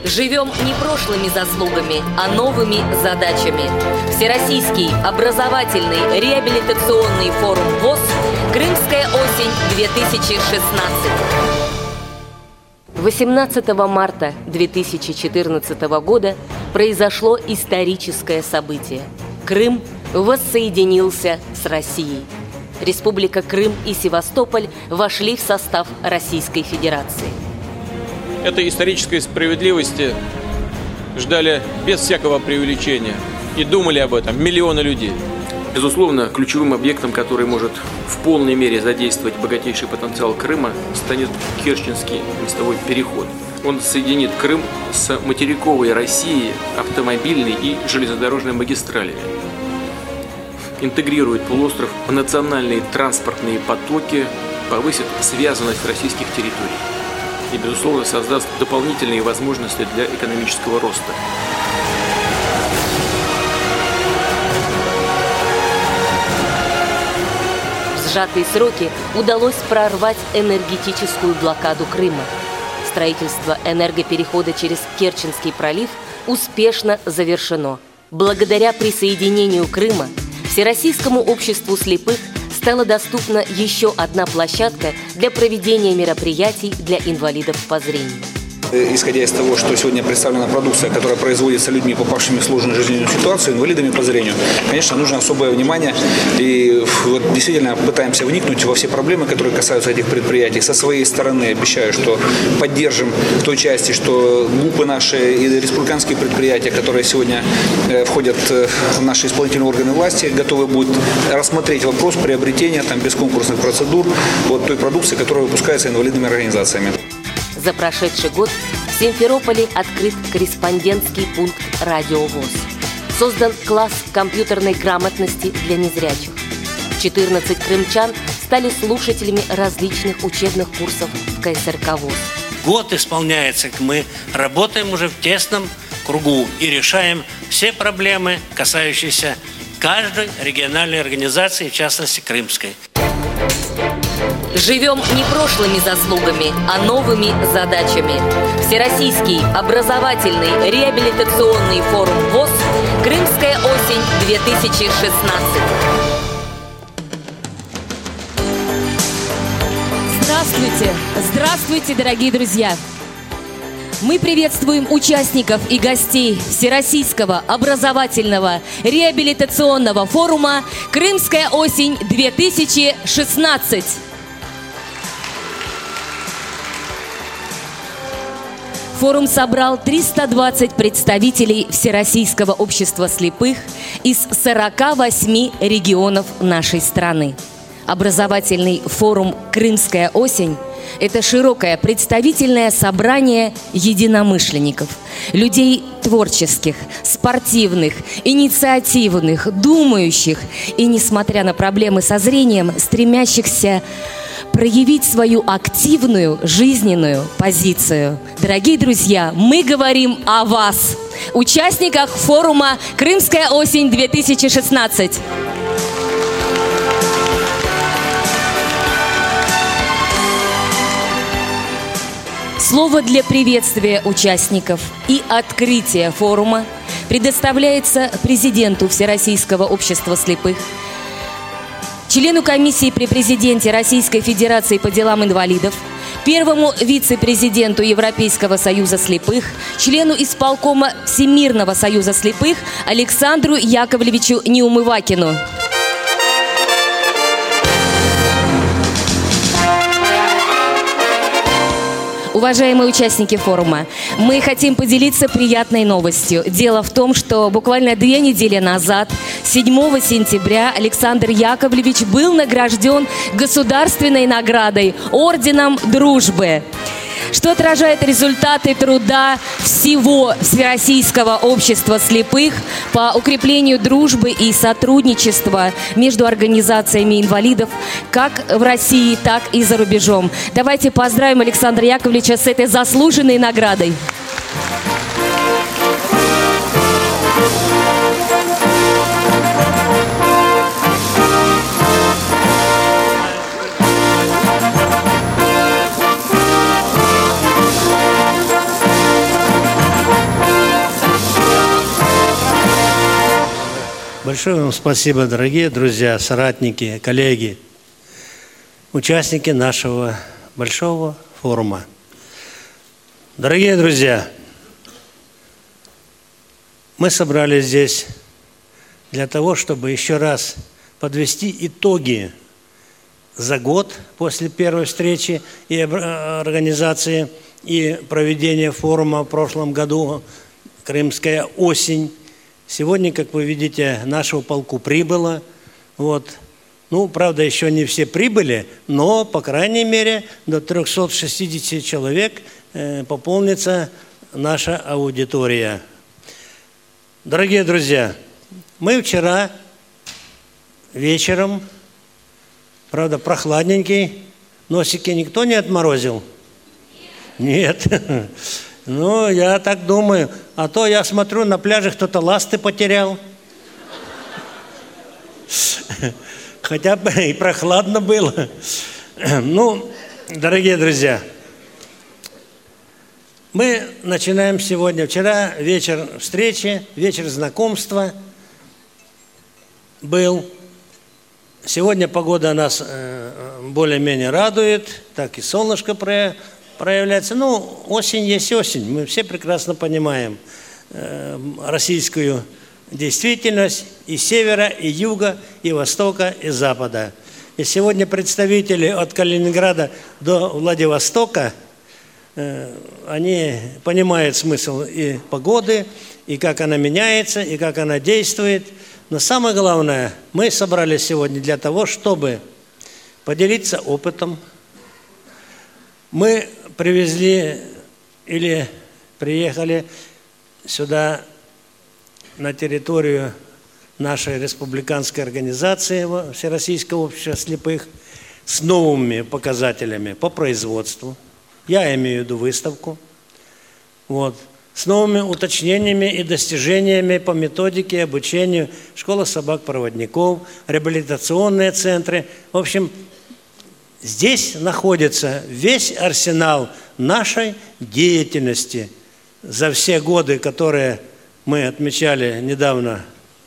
Живем не прошлыми заслугами, а новыми задачами. Всероссийский образовательный реабилитационный форум ВОС «Крымская осень-2016». 18 марта 2014 года произошло историческое событие. Крым воссоединился с Россией. Республика Крым и Севастополь вошли в состав Российской Федерации. Этой исторической справедливости ждали без всякого преувеличения и думали об этом миллионы людей. Безусловно, ключевым объектом, который может в полной мере задействовать богатейший потенциал Крыма, станет Керченский мостовой переход. Он соединит Крым с материковой Россией автомобильной и железнодорожной магистралями, интегрирует полуостров в национальные транспортные потоки, повысит связанность российских территорий и, безусловно, создаст дополнительные возможности для экономического роста. В сжатые сроки удалось прорвать энергетическую блокаду Крыма. Строительство энергоперехода через Керченский пролив успешно завершено. Благодаря присоединению Крыма Всероссийскому обществу слепых стала доступна еще одна площадка для проведения мероприятий для инвалидов по зрению. Исходя из того, что сегодня представлена продукция, которая производится людьми, попавшими в сложную жизненную ситуацию, инвалидами по зрению, конечно, нужно особое внимание. И вот действительно пытаемся вникнуть во все проблемы, которые касаются этих предприятий. Со своей стороны обещаю, что поддержим в той части, что ГУПы наши и республиканские предприятия, которые сегодня входят в наши исполнительные органы власти, готовы будут рассмотреть вопрос приобретения без конкурсных процедур вот той продукции, которая выпускается инвалидными организациями. За прошедший год в Симферополе открыт корреспондентский пункт «Радио ВОС». Создан класс компьютерной грамотности для незрячих. 14 крымчан стали слушателями различных учебных курсов в КСРК ВОС. Год исполняется, мы работаем уже в тесном кругу и решаем все проблемы, касающиеся каждой региональной организации, в частности крымской. Живем не прошлыми заслугами, а новыми задачами. Всероссийский образовательный реабилитационный форум ВОС «Крымская осень-2016». Здравствуйте! Здравствуйте, дорогие друзья! Мы приветствуем участников и гостей Всероссийского образовательного реабилитационного форума «Крымская осень-2016». Форум собрал 320 представителей Всероссийского общества слепых из 48 регионов нашей страны. Образовательный форум «Крымская осень» – это широкое представительное собрание единомышленников, людей творческих, спортивных, инициативных, думающих и, несмотря на проблемы со зрением, стремящихся проявить свою активную жизненную позицию. Дорогие друзья, мы говорим о вас, участниках форума «Крымская осень-2016». Слово для приветствия участников и открытия форума предоставляется президенту Всероссийского общества слепых, члену комиссии при президенте Российской Федерации по делам инвалидов, первому вице-президенту Европейского союза слепых, члену исполкома Всемирного союза слепых Александру Яковлевичу Неумывакину. Уважаемые участники форума, мы хотим поделиться приятной новостью. Дело в том, что буквально 2 недели назад, 7 сентября, Александр Яковлевич был награжден государственной наградой Орденом Дружбы, что отражает результаты труда всего Всероссийского общества слепых по укреплению дружбы и сотрудничества между организациями инвалидов как в России, так и за рубежом. Давайте поздравим Александра Яковлевича с этой заслуженной наградой. Большое вам спасибо, дорогие друзья, соратники, коллеги, участники нашего большого форума. Дорогие друзья, мы собрались здесь для того, чтобы еще раз подвести итоги за год после первой встречи и организации и проведения форума в прошлом году «Крымская осень». Сегодня, как вы видите, нашему полку прибыло. Вот. Ну, правда, еще не все прибыли, но, по крайней мере, до 360 человек пополнится наша аудитория. Дорогие друзья, мы вчера вечером, правда, прохладненький, носики никто не отморозил? Нет. Ну, я так думаю. А то я смотрю, на пляже кто-то ласты потерял. Хотя бы и прохладно было. Ну, дорогие друзья, мы начинаем сегодня. Вчера вечер встречи, вечер знакомства был. Сегодня погода нас более-менее радует. Так и солнышко проявляется. Ну, осень есть осень. Мы все прекрасно понимаем российскую действительность и севера, и юга, и востока, и запада. И сегодня представители от Калининграда до Владивостока, они понимают смысл и погоды, и как она меняется, и как она действует. Но самое главное, мы собрались сегодня для того, чтобы поделиться опытом. Мы привезли или приехали сюда на территорию нашей республиканской организации Всероссийского общества слепых с новыми показателями по производству. Я имею в виду выставку. Вот. С новыми уточнениями и достижениями по методике и обучению, школа собак-проводников, реабилитационные центры. В общем, здесь находится весь арсенал нашей деятельности за все годы, которые мы отмечали недавно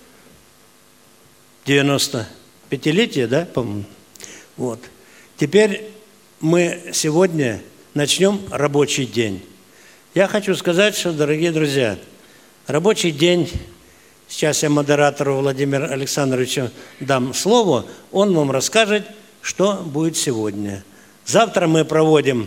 95-летие, да, по-моему? Вот. Теперь мы сегодня начнем рабочий день. Я хочу сказать, что, дорогие друзья, рабочий день, сейчас я модератору Владимиру Александровичу дам слово, он вам расскажет, что будет сегодня. Завтра мы проводим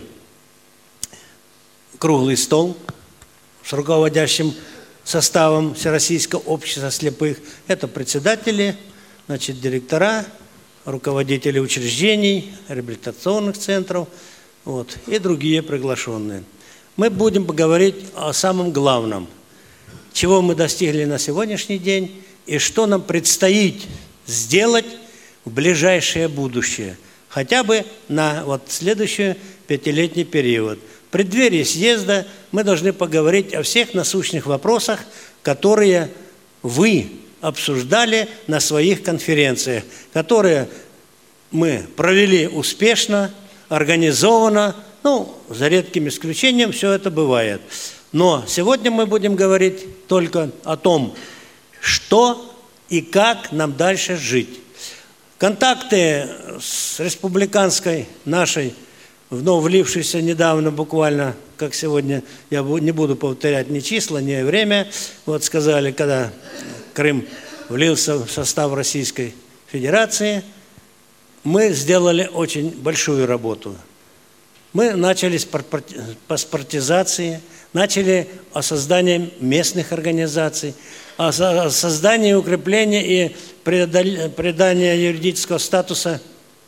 круглый стол с руководящим составом Всероссийского общества слепых. Это председатели, значит, директора, руководители учреждений, реабилитационных центров, вот, и другие приглашенные. Мы будем говорить о самом главном, чего мы достигли на сегодняшний день и что нам предстоит сделать в ближайшее будущее, хотя бы на вот следующий пятилетний период. В преддверии съезда мы должны поговорить о всех насущных вопросах, которые вы обсуждали на своих конференциях, которые мы провели успешно, организованно, ну, за редким исключением все это бывает. Но сегодня мы будем говорить только о том, что и как нам дальше жить. Контакты с республиканской нашей, вновь влившейся недавно буквально, как сегодня, я не буду повторять ни числа, ни время, вот сказали, когда Крым влился в состав Российской Федерации, мы сделали очень большую работу. Мы начали с паспортизации, начали о создании местных организаций, о создании, укреплении и придания юридического статуса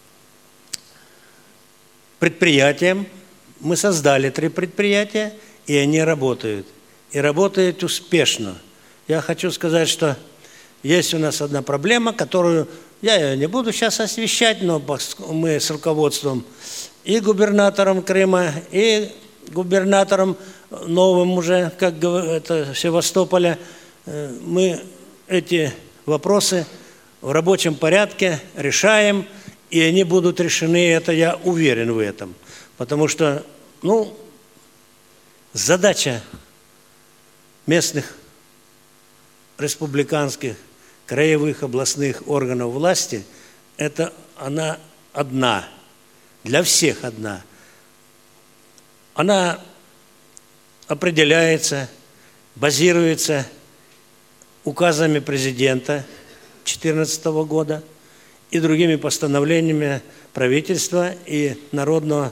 предприятиям. Мы создали 3 предприятия, и они работают. И работают успешно. Я хочу сказать, что есть у нас одна проблема, которую я ее не буду сейчас освещать, но мы с руководством и губернатором Крыма, и губернатором новым уже, как это, Севастополя, мы эти вопросы в рабочем порядке решаем, и они будут решены, это я уверен в этом. Потому что, ну, задача местных республиканских краевых областных органов власти, это она одна, для всех одна. Она определяется, базируется указами президента 2014 года и другими постановлениями правительства и Народного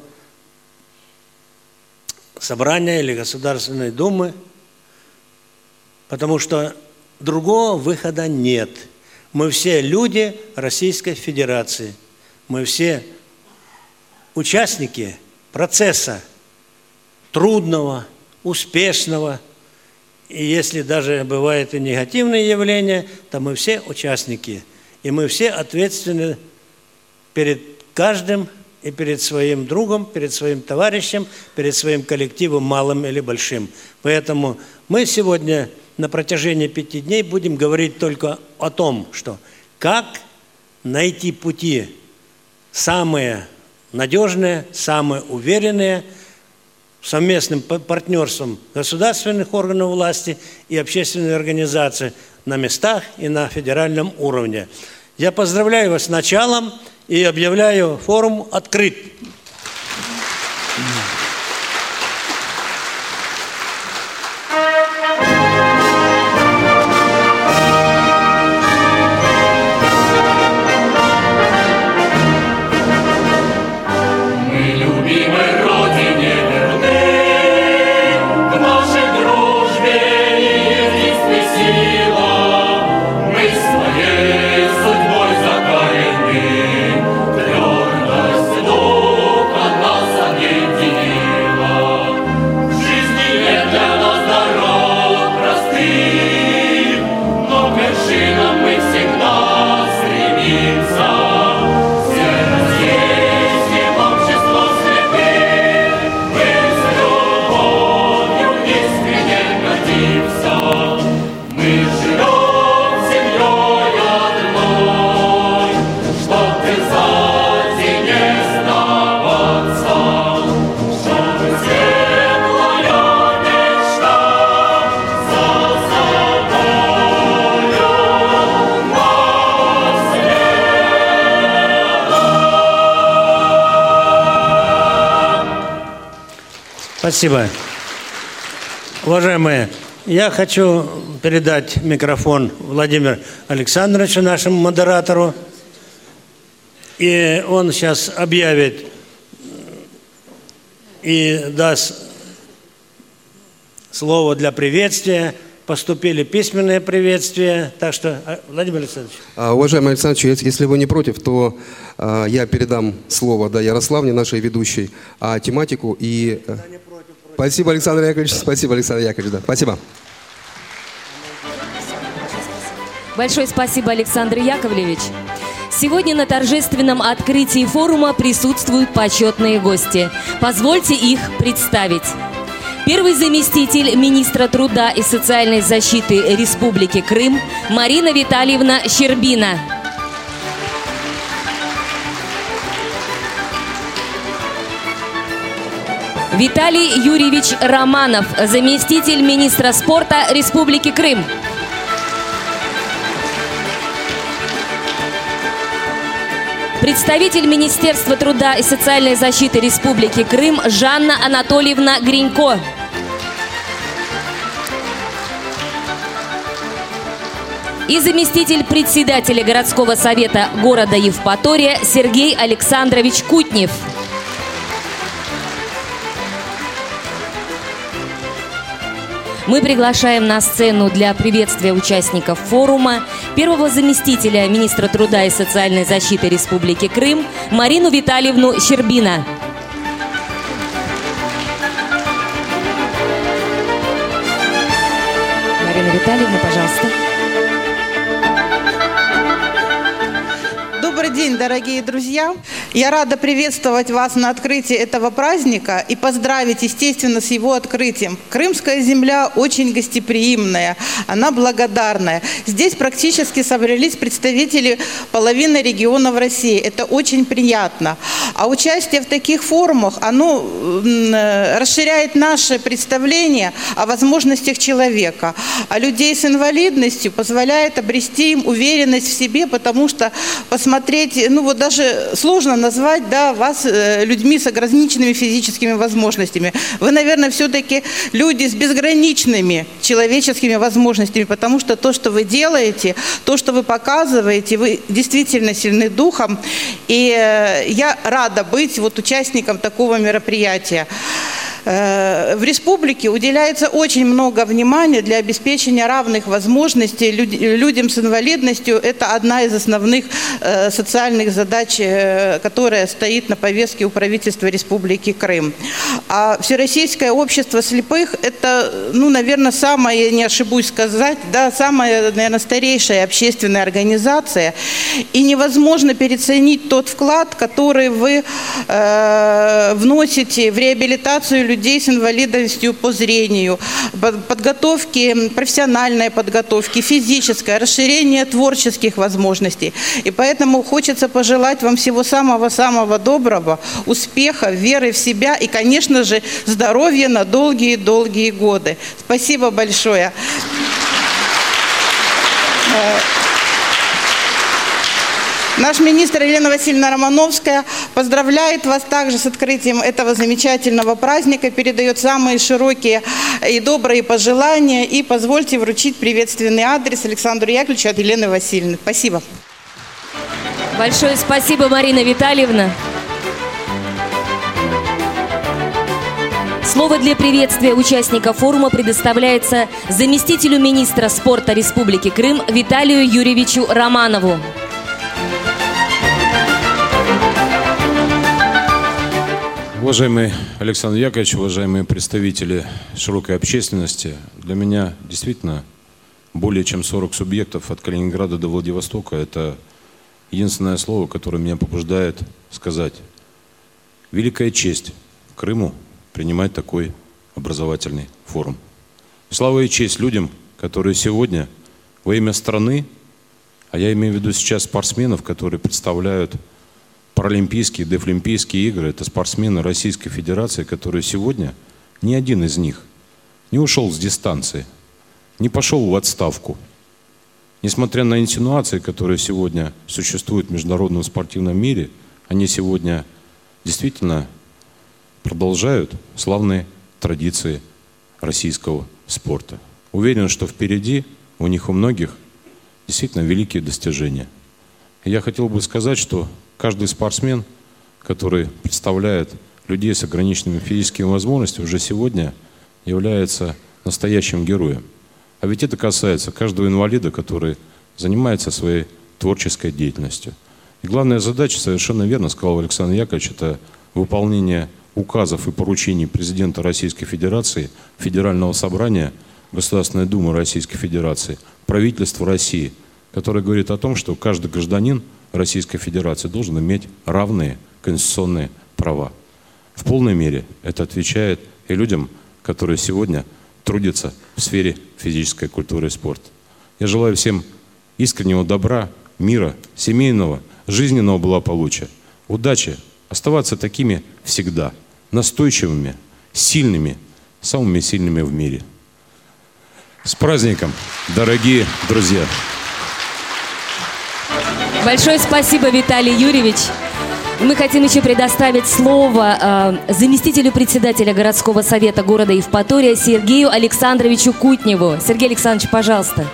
собрания или Государственной Думы, потому что другого выхода нет. Мы все люди Российской Федерации, мы все участники процесса трудного, успешного, и если даже бывают и негативные явления, то мы все участники, и мы все ответственны перед каждым и перед своим другом, перед своим товарищем, перед своим коллективом, малым или большим. Поэтому мы сегодня на протяжении 5 дней будем говорить только о том, что как найти пути самые надежные, самые уверенные, совместным партнерством государственных органов власти и общественных организаций на местах и на федеральном уровне. Я поздравляю вас с началом и объявляю форум открыт. Спасибо. Уважаемые, я хочу передать микрофон Владимиру Александровичу, нашему модератору. И он сейчас объявит и даст слово для приветствия. Поступили письменные приветствия. Так что, Владимир Александрович. Уважаемый Александр Ильич, если вы не против, то я передам слово Ярославне, нашей ведущей, а тематику и... Спасибо, Александр Яковлевич. Спасибо, Александр Яковлевич. Да. Спасибо. Большое спасибо, Александр Яковлевич. Сегодня на торжественном открытии форума присутствуют почетные гости. Позвольте их представить. Первый заместитель министра труда и социальной защиты Республики Крым Марина Витальевна Щербина. Виталий Юрьевич Романов, заместитель министра спорта Республики Крым. Представитель Министерства труда и социальной защиты Республики Крым Жанна Анатольевна Гринько. И заместитель председателя городского совета города Евпатория Сергей Александрович Кутнев. Мы приглашаем на сцену для приветствия участников форума первого заместителя министра труда и социальной защиты Республики Крым Марину Витальевну Щербина. Марина Витальевна, пожалуйста. Добрый день, дорогие друзья! Я рада приветствовать вас на открытии этого праздника и поздравить, естественно, с его открытием. Крымская земля очень гостеприимная, она благодарная. Здесь практически собрались представители половины регионов России. Это очень приятно. А участие в таких форумах, оно расширяет наше представление о возможностях человека. А людей с инвалидностью позволяет обрести им уверенность в себе, потому что посмотреть, ну вот даже сложно назвать, да, вас людьми с ограниченными физическими возможностями. Вы, наверное, все-таки люди с безграничными человеческими возможностями, потому что то, что вы делаете, то, что вы показываете, вы действительно сильны духом. И я рада быть вот участником такого мероприятия. В республике уделяется очень много внимания для обеспечения равных возможностей людям с инвалидностью. Это одна из основных социальных задач, которая стоит на повестке у правительства Республики Крым. А Всероссийское общество слепых – это, ну, наверное, самая, не ошибусь сказать, да, самая, наверное, старейшая общественная организация. И невозможно переоценить тот вклад, который вы вносите в реабилитацию людей с инвалидностью по зрению, подготовки, профессиональной подготовки, физической, расширение творческих возможностей. И поэтому хочется пожелать вам всего самого-самого доброго, успеха, веры в себя и, конечно же, здоровья на долгие-долгие годы. Спасибо большое. Наш министр Елена Васильевна Романовская поздравляет вас также с открытием этого замечательного праздника, передает самые широкие и добрые пожелания. И позвольте вручить приветственный адрес Александру Яковлевичу от Елены Васильевны. Спасибо. Большое спасибо, Марина Витальевна. Слово для приветствия участников форума предоставляется заместителю министра спорта Республики Крым Виталию Юрьевичу Романову. Уважаемый Александр Яковлевич, уважаемые представители широкой общественности, для меня действительно более чем 40 субъектов от Калининграда до Владивостока – это единственное слово, которое меня побуждает сказать: великая честь Крыму принимать такой образовательный форум. Слава и честь людям, которые сегодня во имя страны, а я имею в виду сейчас спортсменов, которые представляют паралимпийские, дефлимпийские игры, это спортсмены Российской Федерации, которые сегодня, ни один из них не ушел с дистанции, не пошел в отставку. Несмотря на инсинуации, которые сегодня существуют в международном спортивном мире, они сегодня действительно продолжают славные традиции российского спорта. Уверен, что впереди у них у многих действительно великие достижения. И я хотел бы сказать, что каждый спортсмен, который представляет людей с ограниченными физическими возможностями, уже сегодня является настоящим героем. А ведь это касается каждого инвалида, который занимается своей творческой деятельностью. И главная задача, совершенно верно сказал Александр Яковлевич, это выполнение указов и поручений президента Российской Федерации, Федерального собрания, Государственной Думы Российской Федерации, правительства России, которое говорит о том, что каждый гражданин Российской Федерации должен иметь равные конституционные права. В полной мере это отвечает и людям, которые сегодня трудятся в сфере физической культуры и спорта. Я желаю всем искреннего добра, мира, семейного, жизненного благополучия, удачи, оставаться такими всегда, настойчивыми, сильными, самыми сильными в мире. С праздником, дорогие друзья! Большое спасибо, Виталий Юрьевич. Мы хотим еще предоставить слово заместителю председателя городского совета города Евпатория Сергею Александровичу Кутневу. Сергей Александрович, пожалуйста.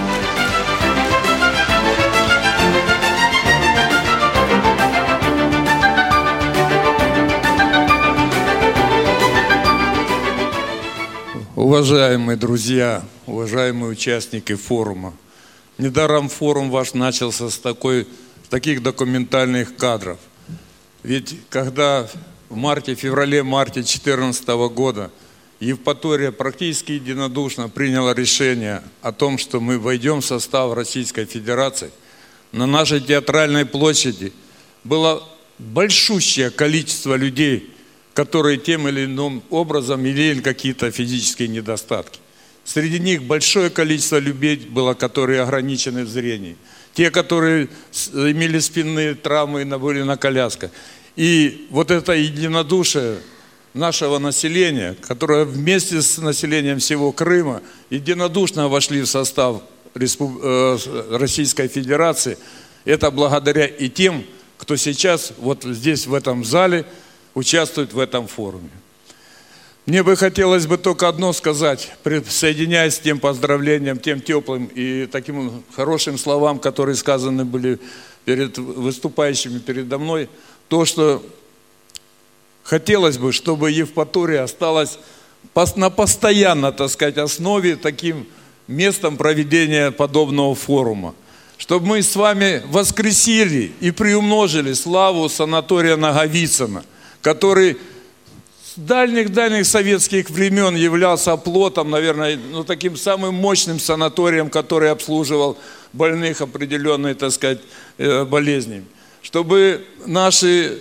Уважаемые друзья, уважаемые участники форума, недаром форум ваш начался с таких документальных кадров. Ведь когда в феврале-марте 2014 года Евпатория практически единодушно приняла решение о том, что мы войдем в состав Российской Федерации, на нашей театральной площади было большущее количество людей, которые тем или иным образом имели какие-то физические недостатки. Среди них большое количество людей было, которые ограничены в зрении. Те, которые имели спинные травмы и были на колясках. И вот это единодушие нашего населения, которое вместе с населением всего Крыма единодушно вошли в состав Российской Федерации, это благодаря и тем, кто сейчас вот здесь, в этом зале, участвует в этом форуме. Мне бы хотелось бы только одно сказать, присоединяясь к тем поздравлениям, тем теплым и таким хорошим словам, которые сказаны были перед выступающими передо мной, то, что хотелось бы, чтобы Евпатория осталась на постоянно, так сказать, основе таким местом проведения подобного форума. Чтобы мы с вами воскресили и приумножили славу санатория Наговицына, который с дальних-дальних советских времен являлся оплотом, наверное, таким самым мощным санаторием, который обслуживал больных определенной, так сказать, болезнями. Чтобы наши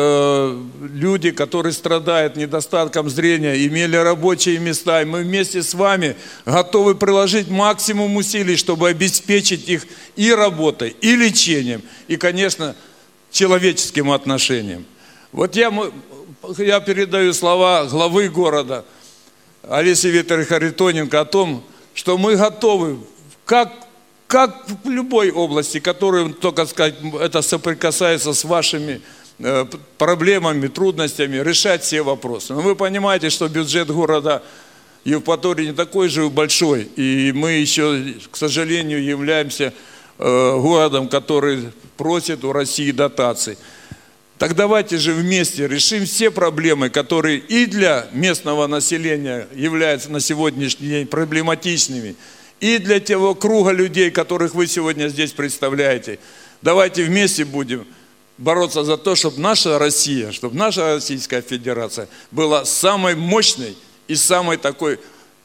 люди, которые страдают недостатком зрения, имели рабочие места, и мы вместе с вами готовы приложить максимум усилий, чтобы обеспечить их и работой, и лечением, и, конечно, человеческим отношением. Вот я передаю слова главы города Олеси Викторовны Харитоненко о том, что мы готовы, как в любой области, которую, только сказать, это соприкасается с вашими проблемами, трудностями, решать все вопросы. Но вы понимаете, что бюджет города Евпатории не такой же большой, и мы еще, к сожалению, являемся городом, который просит у России дотаций. Так давайте же вместе решим все проблемы, которые и для местного населения являются на сегодняшний день проблематичными, и для того круга людей, которых вы сегодня здесь представляете. Давайте вместе будем бороться за то, чтобы наша Россия, чтобы наша Российская Федерация была самой мощной и самой такой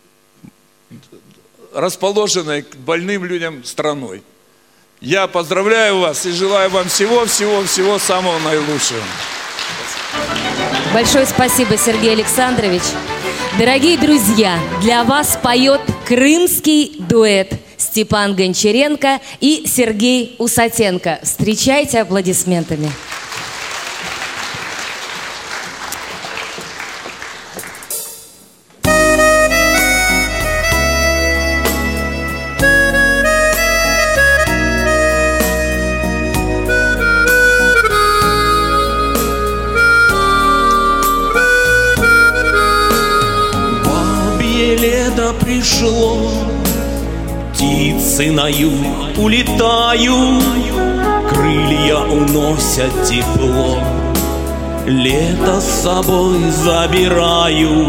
расположенной к больным людям страной. Я поздравляю вас и желаю вам всего самого наилучшего. Большое спасибо, Сергей Александрович. Дорогие друзья, для вас поет крымский дуэт Степан Гончаренко и Сергей Усатенко. Встречайте аплодисментами. Пришло, птицы на юг улетают, крылья уносят тепло, лето с собой забираю.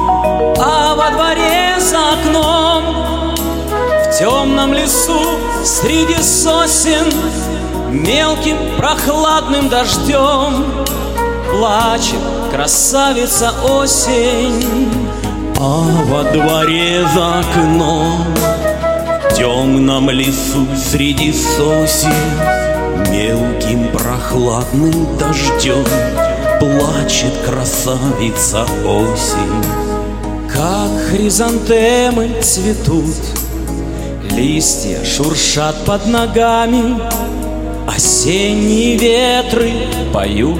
А во дворе за окном, в темном лесу, среди сосен, мелким прохладным дождем плачет красавица осень. А во дворе за окном, в темном лесу среди сосен, мелким прохладным дождем плачет красавица осень. Как хризантемы цветут, листья шуршат под ногами, осенние ветры поют,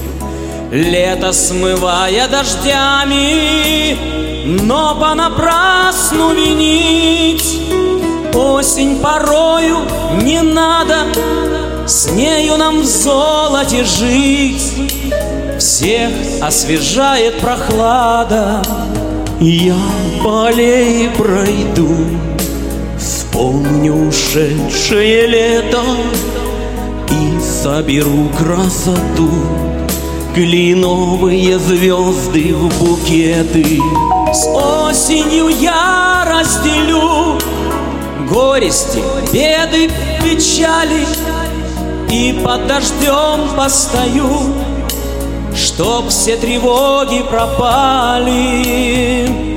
лето смывая дождями. Но понапрасну винить осень порою не надо, с нею нам в золоте жить. Всех освежает прохлада, я по аллее пройду, вспомню ушедшее лето и соберу красоту. Кленовые звезды в букеты с осенью я разделю горести, беды, печали, и под дождем постою, чтоб все тревоги пропали.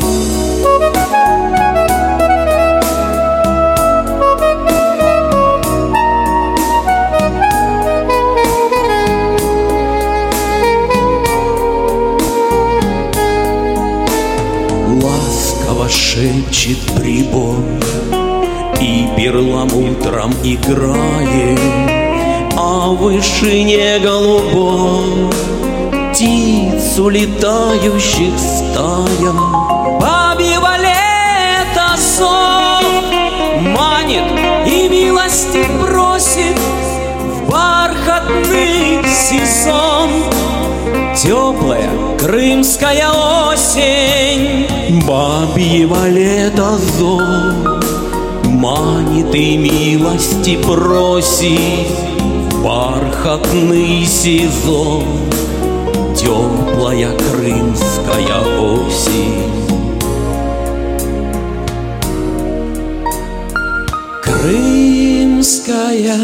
шепчет прибой, и перламутром играет, а в вышине голубой птиц улетающих стая. Бабьего лета зов манит и милости просит в бархатный сезон. Теплая крымская осень, бабьего лета зов манит и милости просит в бархатный сезон. Теплая крымская осень. Крымская.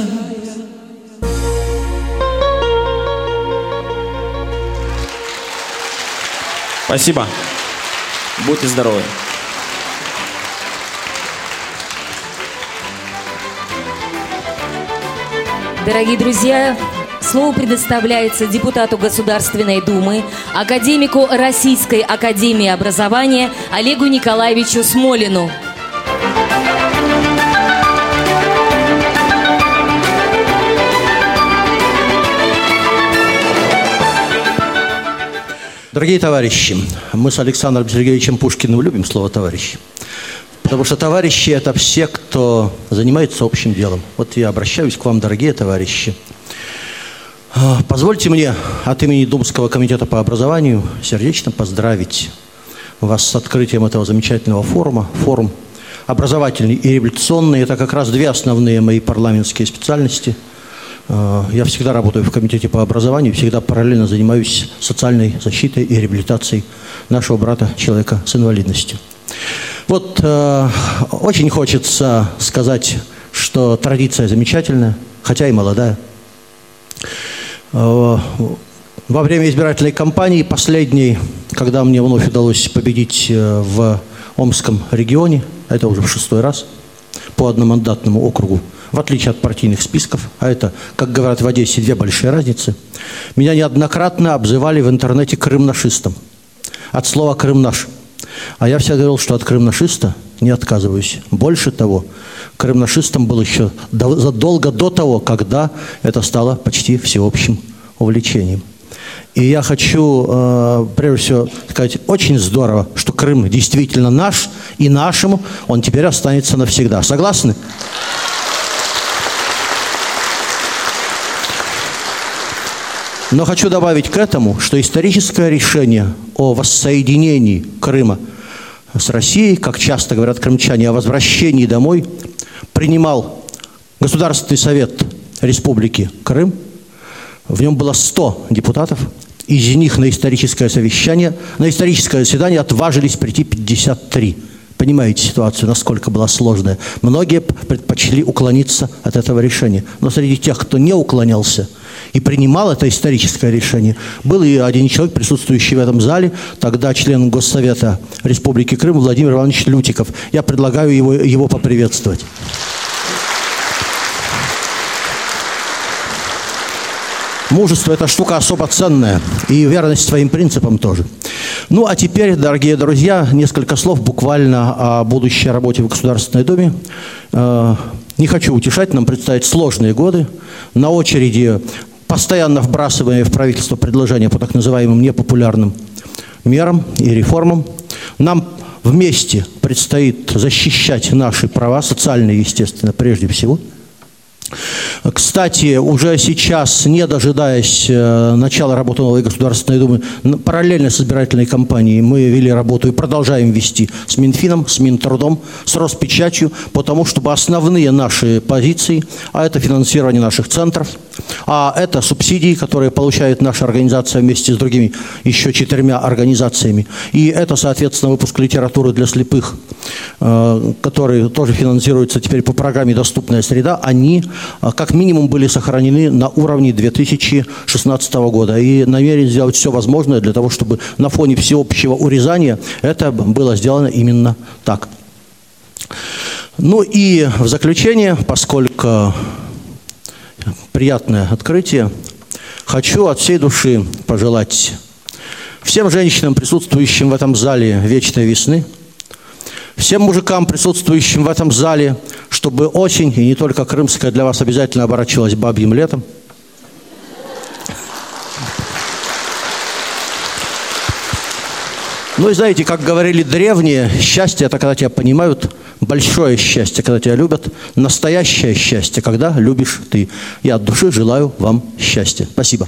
Спасибо. Будьте здоровы. Дорогие друзья, слово предоставляется депутату Государственной Думы, академику Российской академии образования Олегу Николаевичу Смолину. Дорогие товарищи, мы с Александром Сергеевичем Пушкиным любим слово «товарищи». Потому что товарищи – это все, кто занимается общим делом. Вот я обращаюсь к вам, дорогие товарищи. Позвольте мне от имени Думского комитета по образованию сердечно поздравить вас с открытием этого замечательного форума. Форум образовательный и революционный – это как раз две основные мои парламентские специальности. Я всегда работаю в комитете по образованию, всегда параллельно занимаюсь социальной защитой и реабилитацией нашего брата, человека с инвалидностью. Вот очень хочется сказать, что традиция замечательная, хотя и молодая. Во время избирательной кампании последней, когда мне вновь удалось победить в Омском регионе, это уже в 6-й раз, по одномандатному округу, в отличие от партийных списков, а это, как говорят в Одессе, две большие разницы, меня неоднократно обзывали в интернете крымнашистом. От слова «Крым наш». А я всегда говорил, что от крымнашиста не отказываюсь. Больше того, крымнашистом был еще задолго до того, когда это стало почти всеобщим увлечением. И я хочу, прежде всего, сказать, очень здорово, что Крым действительно наш, и нашему он теперь останется навсегда. Согласны? Но хочу добавить к этому, что историческое решение о воссоединении Крыма с Россией, как часто говорят крымчане, о возвращении домой, принимал Государственный совет Республики Крым. В нем было 100 депутатов. Из них на историческое совещание, на историческое заседание отважились прийти 53. Понимаете ситуацию, насколько была сложная. Многие предпочли уклониться от этого решения. Но среди тех, кто не уклонялся и принимал это историческое решение, был и один человек, присутствующий в этом зале, тогда член Госсовета Республики Крым Владимир Иванович Лютиков. Я предлагаю его поприветствовать. Мужество – это штука особо ценная, и верность своим принципам тоже. Ну, а теперь, дорогие друзья, несколько слов буквально о будущей работе в Государственной Думе. Не хочу утешать, нам предстоят сложные годы. На очереди постоянно вбрасываемые в правительство предложения по так называемым непопулярным мерам и реформам. Нам вместе предстоит защищать наши права, социальные, естественно, прежде всего. Кстати, уже сейчас, не дожидаясь начала работы новой Государственной Думы, параллельно с избирательной кампанией мы вели работу и продолжаем вести с Минфином, с Минтрудом, с Роспечатью, потому чтобы основные наши позиции, а это финансирование наших центров, а это субсидии, которые получает наша организация вместе с другими еще 4 организациями, и это, соответственно, выпуск литературы для слепых, который тоже финансируется теперь по программе «Доступная среда», они как минимум были сохранены на уровне 2016 года. И намерен сделать все возможное для того, чтобы на фоне всеобщего урезания это было сделано именно так. Ну и в заключение, поскольку приятное открытие, хочу от всей души пожелать всем женщинам, присутствующим в этом зале, вечной весны, всем мужикам, присутствующим в этом зале, чтобы осень, и не только крымская, для вас обязательно оборачивалась бабьим летом. Ну и знаете, как говорили древние, счастье – это когда тебя понимают, большое счастье, когда тебя любят, настоящее счастье, когда любишь ты. Я от души желаю вам счастья. Спасибо.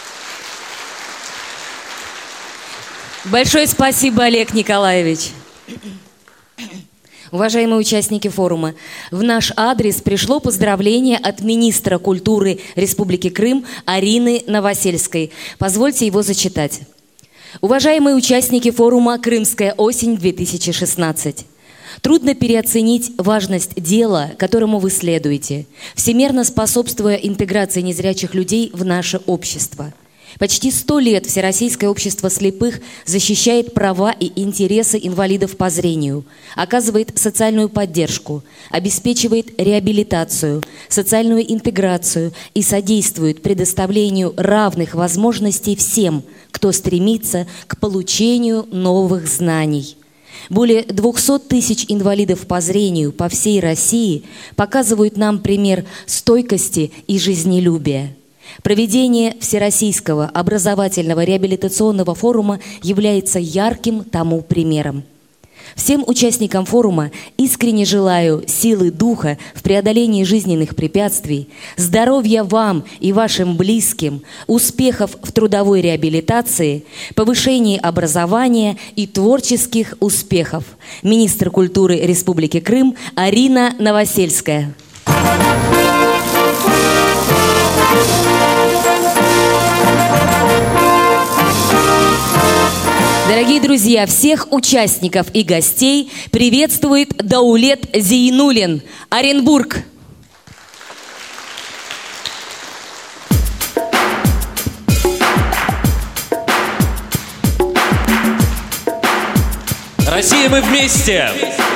Большое спасибо, Олег Николаевич. Уважаемые участники форума, в наш адрес пришло поздравление от министра культуры Республики Крым Арины Новосельской. Позвольте его зачитать. Уважаемые участники форума «Крымская осень-2016». Трудно переоценить важность дела, которому вы следуете, всемерно способствуя интеграции незрячих людей в наше общество. Почти 100 лет Всероссийское общество слепых защищает права и интересы инвалидов по зрению, оказывает социальную поддержку, обеспечивает реабилитацию, социальную интеграцию и содействует предоставлению равных возможностей всем, кто стремится к получению новых знаний. Более 200 тысяч инвалидов по зрению по всей России показывают нам пример стойкости и жизнелюбия. Проведение Всероссийского образовательного реабилитационного форума является ярким тому примером. Всем участникам форума искренне желаю силы духа в преодолении жизненных препятствий, здоровья вам и вашим близким, успехов в трудовой реабилитации, повышении образования и творческих успехов. Министр культуры Республики Крым Арина Новосельская. Дорогие друзья, всех участников и гостей приветствует Даулет Зейнуллин, Оренбург. Россия, мы вместе!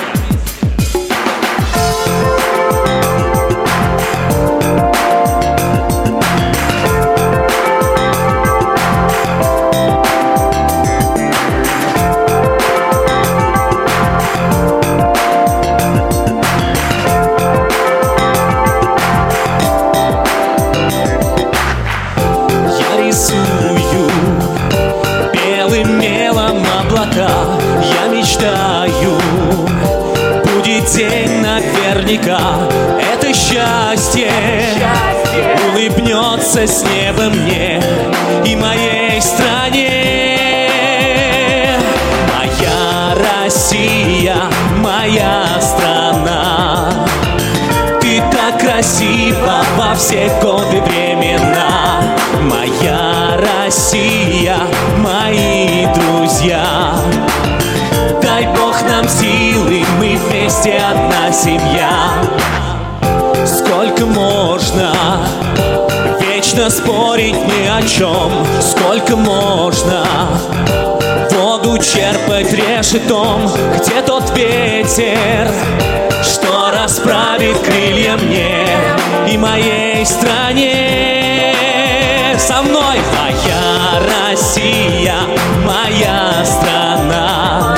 День наверняка это счастье улыбнется с неба мне и моей стране. Моя Россия, моя страна, ты так красива во все годы времена. Моя Россия, мои друзья, дай Бог нам силы, мы вместе одна семья. Сколько можно вечно спорить ни о чем? Сколько можно воду черпать решетом? Где тот ветер, что расправит крылья мне и моей стране? Со мной! Моя Россия, моя страна,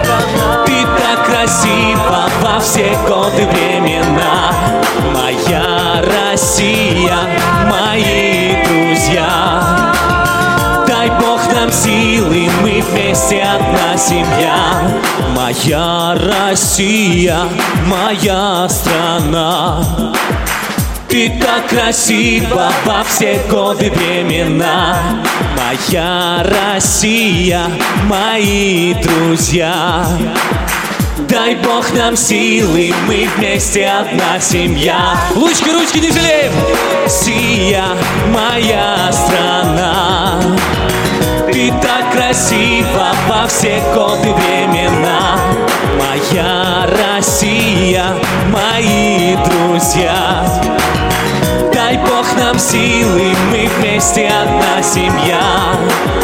красива во все годы времена. Моя Россия, мои друзья, дай Бог нам силы, мы вместе одна семья. Моя Россия, моя страна, ты так красива во все годы времена. Моя Россия, мои друзья, дай Бог нам силы, мы вместе одна семья. Ручки, ручки не жалеем! Россия, моя страна, ты так красива во все годы времена. Моя Россия, мои друзья, дай Бог нам силы, мы вместе одна семья.